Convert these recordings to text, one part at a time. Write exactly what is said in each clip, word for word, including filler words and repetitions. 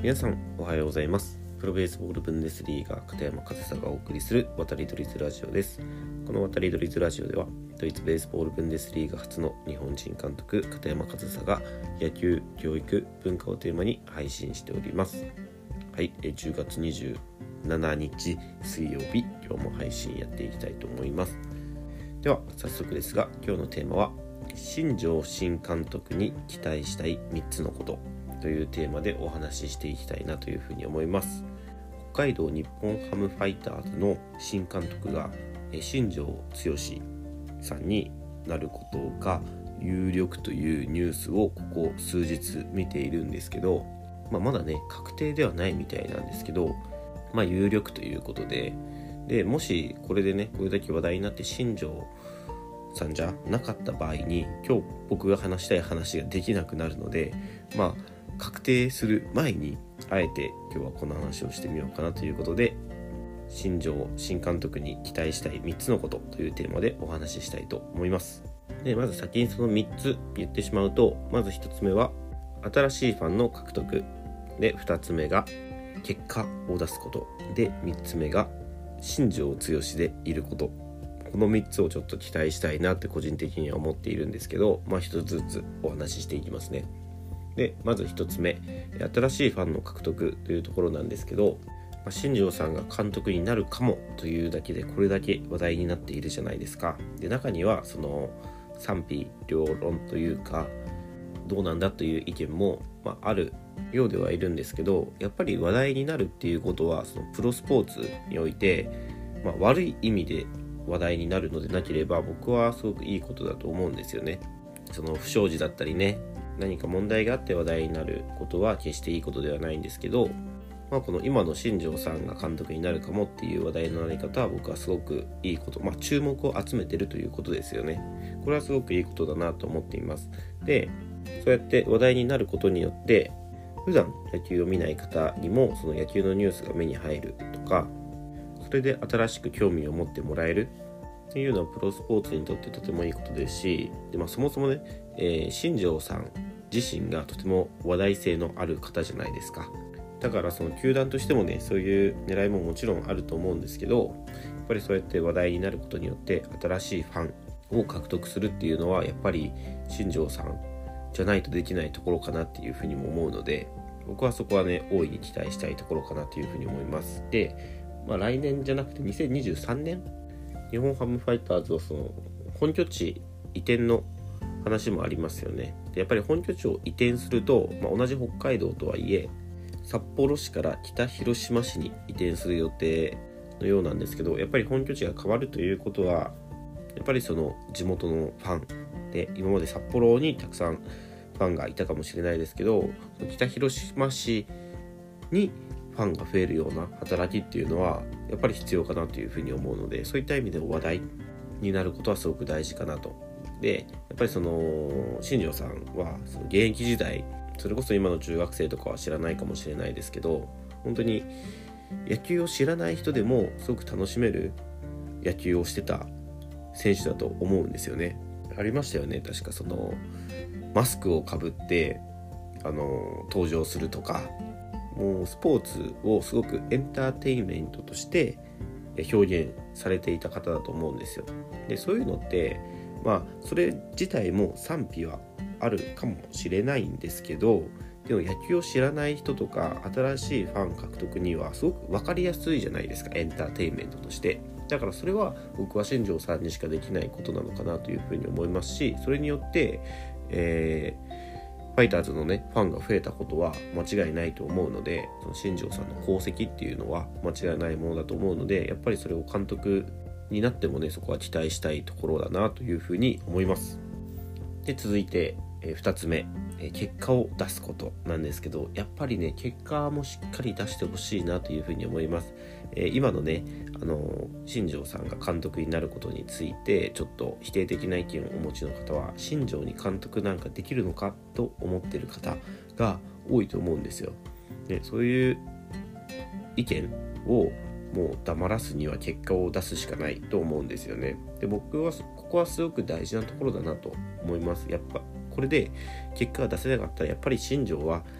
皆さんおはようございます。プロベースボールブンデスリーガ片山和沙がお送りする渡りドリズラジオです。この渡りドリズラジオではドイツベースボールブンデスリーガ初の日本人監督片山和沙が野球、教育、文化をテーマに配信しております。はい、じゅうがつにじゅうしちにち水曜日、今日も配信やっていきたいと思います。では早速ですが、今日のテーマは新庄新監督に期待したいみっつのことというテーマでお話ししていきたいなというふうに思います。北海道日本ハムファイターズの新監督が新庄剛志さんになることが有力というニュースをここ数日見ているんですけど、まあ、まだね確定ではないみたいなんですけど、まあ有力ということで、でもしこれでねこれだけ話題になって新庄さんじゃなかった場合に今日僕が話したい話ができなくなるので、まあ確定する前にあえて今日はこの話をしてみようかなということで、新庄新監督に期待したいみっつのことというテーマでお話ししたいと思います。でまず先にそのみっつ言ってしまうと、まずひとつめは新しいファンの獲得で、ふたつめが結果を出すことで、みっつめが新庄剛志でいること。このみっつをちょっと期待したいなって個人的には思っているんですけど、まあひとつずつお話ししていきますね。でまずひとつめ、新しいファンの獲得というところなんですけど、まあ、新庄さんが監督になるかもというだけでこれだけ話題になっているじゃないですか。で中にはその賛否両論というかどうなんだという意見も、まあ、あるようではいるんですけど、やっぱり話題になるっていうことはそのプロスポーツにおいて、まあ、悪い意味で話題になるのでなければ僕はすごくいいことだと思うんですよね。その不祥事だったりね、何か問題があって話題になることは決していいことではないんですけど、まあ、この今の新庄さんが監督になるかもっていう話題のなり方は僕はすごくいいこと、まあ、注目を集めてるということですよね。これはすごくいいことだなと思っています。でそうやって話題になることによって普段野球を見ない方にもその野球のニュースが目に入るとか、それで新しく興味を持ってもらえるっていうのはプロスポーツにとってとてもいいことですし、で、まあ、そもそもね、えー、新庄さん自身がとても話題性のある方じゃないですか。だからその球団としてもねそういう狙いももちろんあると思うんですけど、やっぱりそうやって話題になることによって新しいファンを獲得するっていうのはやっぱり新庄さんじゃないとできないところかなっていうふうにも思うので、僕はそこはね大いに期待したいところかなというふうに思います。で、まあ、来年じゃなくてにせんにじゅうさんねん日本ハムファイターズはその本拠地移転の話もありますよね。でやっぱり本拠地を移転すると、まあ、同じ北海道とはいえ札幌市から北広島市に移転する予定のようなんですけど、やっぱり本拠地が変わるということはやっぱりその地元のファンで、今まで札幌にたくさんファンがいたかもしれないですけど、北広島市にファンが増えるような働きっていうのはやっぱり必要かなというふうに思うので、そういった意味でも話題になることはすごく大事かなと。でやっぱりその新庄さんはその現役時代、それこそ今の中学生とかは知らないかもしれないですけど、本当に野球を知らない人でもすごく楽しめる野球をしてた選手だと思うんですよね。ありましたよね、確かそのマスクをかぶってあの登場するとか、もうスポーツをすごくエンターテインメントとして表現されていた方だと思うんですよ。でそういうのってまあそれ自体も賛否はあるかもしれないんですけど、でも野球を知らない人とか新しいファン獲得にはすごく分かりやすいじゃないですか、エンターテインメントとして。だからそれは僕は新庄さんにしかできないことなのかなというふうに思いますし、それによって、えー、ファイターズのねファンが増えたことは間違いないと思うので、その新庄さんの功績っていうのは間違いないものだと思うので、やっぱりそれを監督になってもねそこは期待したいところだなというふうに思います。で続いてえー、ふたつめ、えー、結果を出すことなんですけど、やっぱりね結果もしっかり出してほしいなというふうに思います。えー、今のねあのー、新庄さんが監督になることについてちょっと否定的な意見をお持ちの方は、新庄に監督なんかできるのかと思っている方が多いと思うんですよ。でそういう意見をもう黙らすには結果を出すしかないと思うんですよね。で僕はここはすごく大事なところだなと思います。やっぱこれで結果が出せなかったらやっぱり新庄は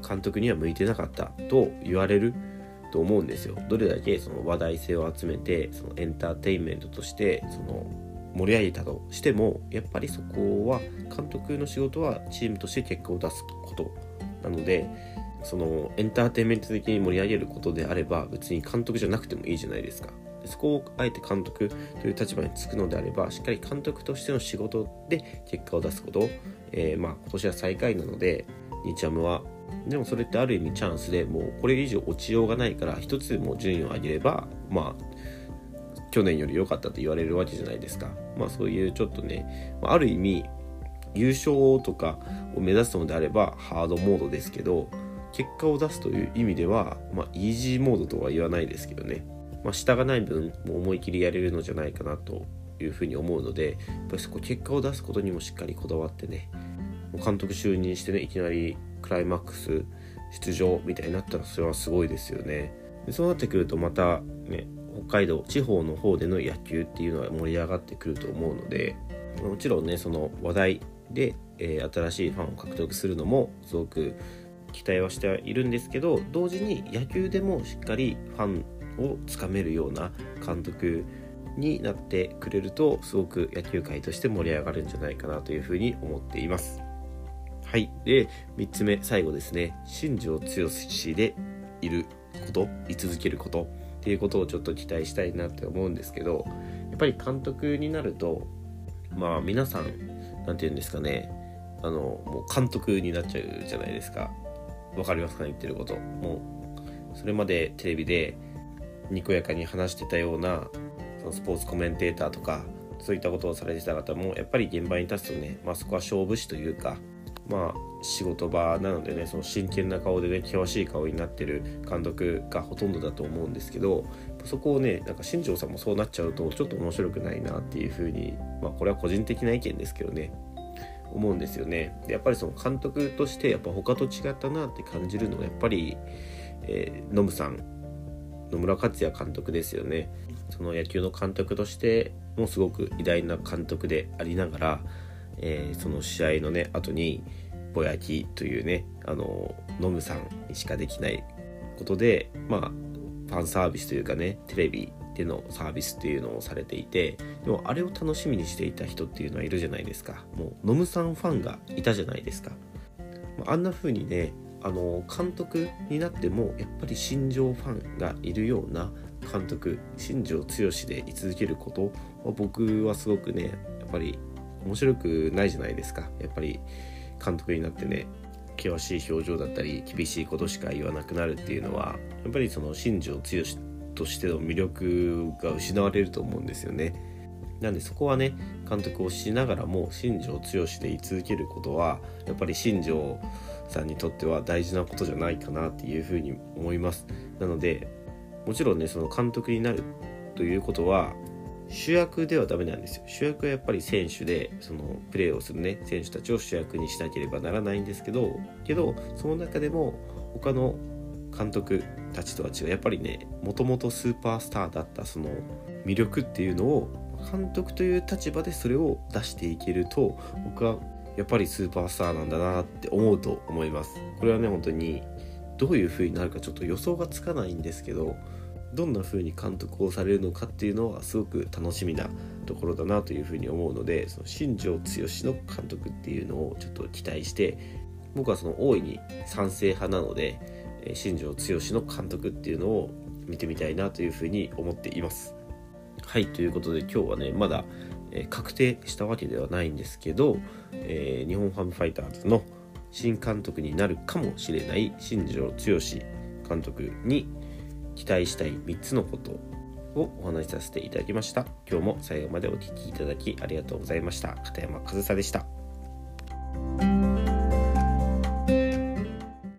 監督には向いてなかったと言われると思うんですよ。どれだけその話題性を集めてそのエンターテインメントとしてその盛り上げたとしても、やっぱりそこは監督の仕事はチームとして結果を出すことなので、そのエンターテインメント的に盛り上げることであれば別に監督じゃなくてもいいじゃないですか。でそこをあえて監督という立場につくのであれば、しっかり監督としての仕事で結果を出すこと、えー、まあ今年は最下位なので日ハムは、でもそれってある意味チャンスで、もうこれ以上落ちようがないから一つでも順位を上げればまあ去年より良かったと言われるわけじゃないですか。まあそういうちょっとね、ある意味優勝とかを目指すのであればハードモードですけど、結果を出すという意味ではまあイージーモードとは言わないですけどね、まあ下がない分もう思い切りやれるのじゃないかなというふうに思うので、やっぱりそこ結果を出すことにもしっかりこだわってね、監督就任してねいきなりクライマックス出場みたいになったらそれはすごいですよね。でそうなってくるとまたね、北海道地方の方での野球っていうのは盛り上がってくると思うので、もちろんねその話題で、えー、新しいファンを獲得するのもすごく期待はしているんですけど、同時に野球でもしっかりファンをつかめるような監督になってくれるとすごく野球界として盛り上がるんじゃないかなというふうに思っています。はい。でみっつめ、最後ですね、新庄剛志でいること居続けることっていうことをちょっと期待したいなって思うんですけど、やっぱり監督になるとまあ皆さんなんていうんですかね、あのもう監督になっちゃうじゃないですか。わかりますかね、言ってること。もうそれまでテレビでにこやかに話してたようなそのスポーツコメンテーターとかそういったことをされてた方もやっぱり現場に立つとね、まあそこは勝負師というか、まあ仕事場なのでね、その真剣な顔でね険しい顔になってる監督がほとんどだと思うんですけど、そこをねなんか新庄さんもそうなっちゃうとちょっと面白くないなっていうふうに、まあこれは個人的な意見ですけどね思うんですよね。でやっぱりその監督としてやっぱ他と違ったなって感じるのはやっぱり、えー、ノムさん野村克也監督ですよね。その野球の監督としてもすごく偉大な監督でありながら、えー、その試合のね後にぼやきというねあのノムさんにしかできないことで、まあファンサービスというかねテレビでのサービスっていうのをされていて、でもあれを楽しみにしていた人っていうのはいるじゃないですか。もうノムさんファンがいたじゃないですか。あんな風にねあの監督になってもやっぱり新庄ファンがいるような監督、新庄剛志で居続けることは僕はすごくねやっぱり面白くないじゃないですか。やっぱり監督になってね険しい表情だったり厳しいことしか言わなくなるっていうのはやっぱりその新庄剛志としての魅力が失われると思うんですよね。なんでそこはね監督をしながらも新庄剛志で居続けることはやっぱり新庄さんにとっては大事なことじゃないかなっていうふうに思います。なのでもちろんねその監督になるということは主役ではダメなんですよ。主役はやっぱり選手でそのプレーをするね選手たちを主役にしなければならないんですけどけどその中でも他の監督たちとは違うやっぱりねもともとスーパースターだったその魅力っていうのを監督という立場でそれを出していけると僕はやっぱりスーパースターなんだなって思うと思います。これはね本当にどういう風になるかちょっと予想がつかないんですけど、どんな風に監督をされるのかっていうのはすごく楽しみなところだなという風に思うので、その新庄剛志の監督っていうのをちょっと期待して、僕はその大いに賛成派なので新庄剛志の監督っていうのを見てみたいなという風に思っています。はい、ということで今日はねまだ、えー、確定したわけではないんですけど、えー、日本ハムファイターズの新監督になるかもしれない新庄剛志監督に期待したいみっつのことをお話しさせていただきました。今日も最後までお聞きいただきありがとうございました。片山和沙でした。